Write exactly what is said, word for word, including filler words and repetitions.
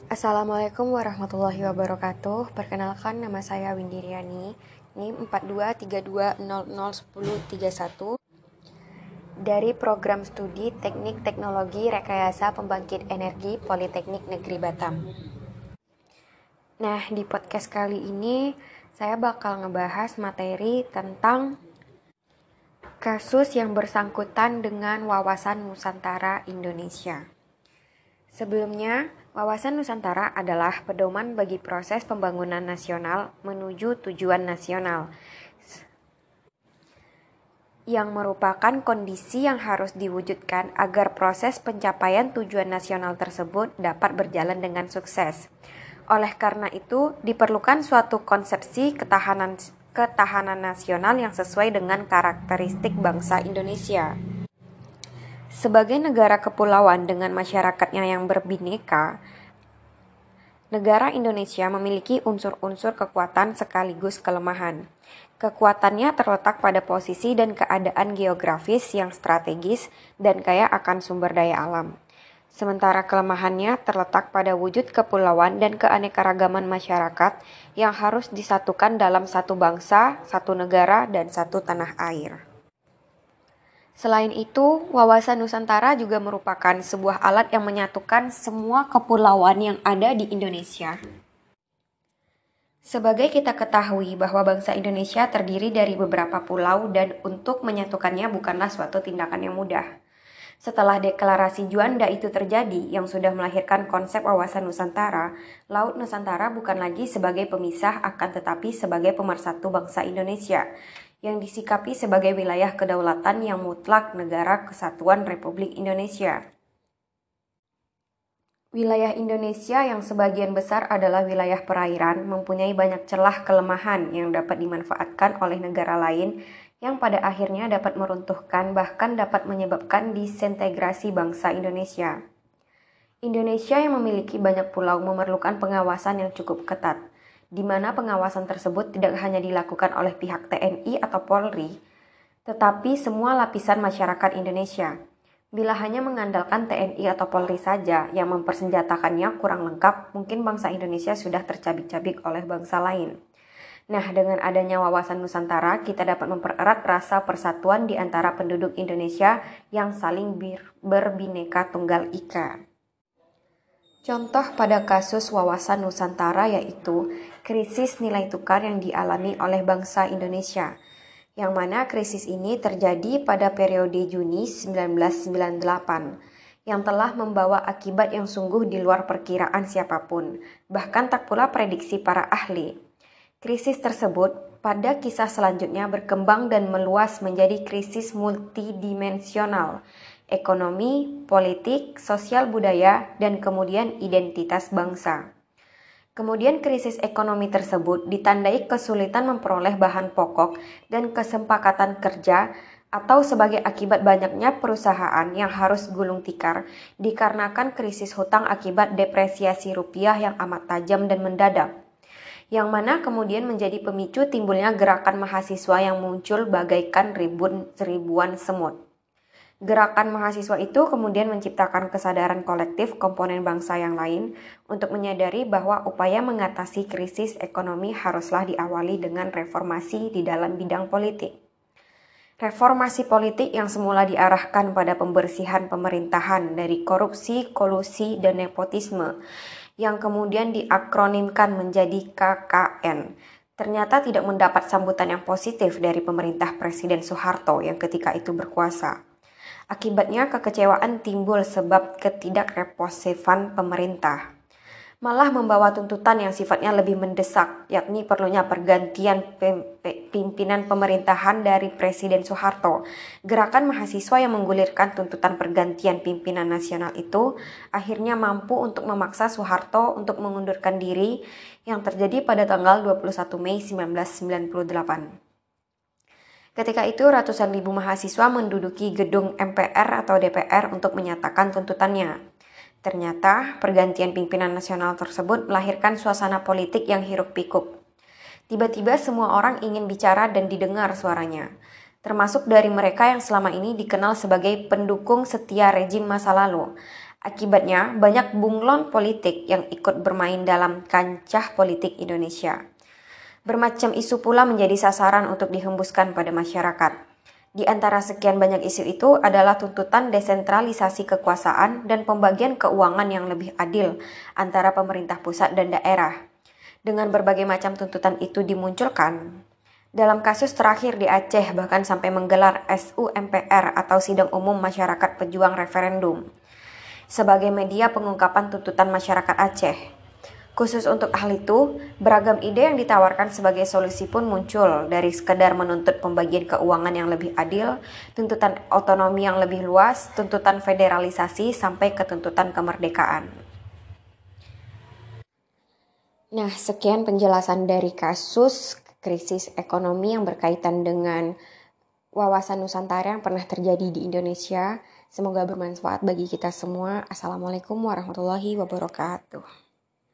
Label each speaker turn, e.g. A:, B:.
A: Assalamualaikum warahmatullahi wabarakatuh. Perkenalkan, nama saya Windy Riani, N I M empat dua tiga dua nol nol satu nol tiga satu dari Program Studi Teknik Teknologi Rekayasa Pembangkit Energi Politeknik Negeri Batam. Nah, di podcast kali ini saya bakal ngebahas materi tentang kasus yang bersangkutan dengan Wawasan Nusantara Indonesia. Sebelumnya, Wawasan Nusantara adalah pedoman bagi proses pembangunan nasional menuju tujuan nasional, yang merupakan kondisi yang harus diwujudkan agar proses pencapaian tujuan nasional tersebut dapat berjalan dengan sukses. Oleh karena itu, diperlukan suatu konsepsi ketahanan ketahanan nasional yang sesuai dengan karakteristik bangsa Indonesia. Sebagai negara kepulauan dengan masyarakatnya yang berbineka, negara Indonesia memiliki unsur-unsur kekuatan sekaligus kelemahan. Kekuatannya terletak pada posisi dan keadaan geografis yang strategis dan kaya akan sumber daya alam. Sementara kelemahannya terletak pada wujud kepulauan dan keanekaragaman masyarakat yang harus disatukan dalam satu bangsa, satu negara, dan satu tanah air. Selain itu, Wawasan Nusantara juga merupakan sebuah alat yang menyatukan semua kepulauan yang ada di Indonesia. Sebagai kita ketahui bahwa bangsa Indonesia terdiri dari beberapa pulau dan untuk menyatukannya bukanlah suatu tindakan yang mudah. Setelah deklarasi Juanda itu terjadi yang sudah melahirkan konsep Wawasan Nusantara, Laut Nusantara bukan lagi sebagai pemisah akan tetapi sebagai pemersatu bangsa Indonesia, yang disikapi sebagai wilayah kedaulatan yang mutlak Negara Kesatuan Republik Indonesia. Wilayah Indonesia yang sebagian besar adalah wilayah perairan mempunyai banyak celah kelemahan yang dapat dimanfaatkan oleh negara lain yang pada akhirnya dapat meruntuhkan bahkan dapat menyebabkan disintegrasi bangsa Indonesia. Indonesia yang memiliki banyak pulau memerlukan pengawasan yang cukup ketat, di mana pengawasan tersebut tidak hanya dilakukan oleh pihak T N I atau Polri, tetapi semua lapisan masyarakat Indonesia. Bila hanya mengandalkan T N I atau Polri saja yang mempersenjatakannya kurang lengkap, mungkin bangsa Indonesia sudah tercabik-cabik oleh bangsa lain. Nah, dengan adanya Wawasan Nusantara, kita dapat mempererat rasa persatuan di antara penduduk Indonesia yang saling berbineka tunggal ika. Contoh pada kasus Wawasan Nusantara yaitu krisis nilai tukar yang dialami oleh bangsa Indonesia, yang mana krisis ini terjadi pada periode Juni seribu sembilan ratus sembilan puluh delapan, yang telah membawa akibat yang sungguh di luar perkiraan siapapun, bahkan tak pula prediksi para ahli. Krisis tersebut pada kisah selanjutnya berkembang dan meluas menjadi krisis multidimensional, ekonomi, politik, sosial budaya, dan kemudian identitas bangsa. Kemudian krisis ekonomi tersebut ditandai kesulitan memperoleh bahan pokok dan kesepakatan kerja atau sebagai akibat banyaknya perusahaan yang harus gulung tikar dikarenakan krisis hutang akibat depresiasi rupiah yang amat tajam dan mendadak, yang mana kemudian menjadi pemicu timbulnya gerakan mahasiswa yang muncul bagaikan ribuan, ribuan semut. Gerakan mahasiswa itu kemudian menciptakan kesadaran kolektif komponen bangsa yang lain untuk menyadari bahwa upaya mengatasi krisis ekonomi haruslah diawali dengan reformasi di dalam bidang politik. Reformasi politik yang semula diarahkan pada pembersihan pemerintahan dari korupsi, kolusi, dan nepotisme, yang kemudian diakronimkan menjadi K K N, ternyata tidak mendapat sambutan yang positif dari pemerintah Presiden Soeharto yang ketika itu berkuasa. Akibatnya kekecewaan timbul sebab ketidakresponsifan pemerintah, malah membawa tuntutan yang sifatnya lebih mendesak, yakni perlunya pergantian pimpinan pemerintahan dari Presiden Soeharto. Gerakan mahasiswa yang menggulirkan tuntutan pergantian pimpinan nasional itu akhirnya mampu untuk memaksa Soeharto untuk mengundurkan diri, yang terjadi pada tanggal dua puluh satu Mei seribu sembilan ratus sembilan puluh delapan. Ketika itu ratusan ribu mahasiswa menduduki gedung M P R atau D P R untuk menyatakan tuntutannya. Ternyata pergantian pimpinan nasional tersebut melahirkan suasana politik yang hiruk-pikuk. Tiba-tiba semua orang ingin bicara dan didengar suaranya, termasuk dari mereka yang selama ini dikenal sebagai pendukung setia rejim masa lalu. Akibatnya, banyak bunglon politik yang ikut bermain dalam kancah politik Indonesia. Bermacam isu pula menjadi sasaran untuk dihembuskan pada masyarakat. Di antara sekian banyak isu itu adalah tuntutan desentralisasi kekuasaan dan pembagian keuangan yang lebih adil antara pemerintah pusat dan daerah. Dengan berbagai macam tuntutan itu dimunculkan, dalam kasus terakhir di Aceh bahkan sampai menggelar S U M P R atau Sidang Umum Masyarakat Pejuang Referendum sebagai media pengungkapan tuntutan masyarakat Aceh. Khusus untuk hal itu, beragam ide yang ditawarkan sebagai solusi pun muncul, dari sekedar menuntut pembagian keuangan yang lebih adil, tuntutan otonomi yang lebih luas, tuntutan federalisasi, sampai ke tuntutan kemerdekaan. Nah, sekian penjelasan dari kasus krisis ekonomi yang berkaitan dengan wawasan Nusantara yang pernah terjadi di Indonesia. Semoga bermanfaat bagi kita semua. Assalamualaikum warahmatullahi wabarakatuh.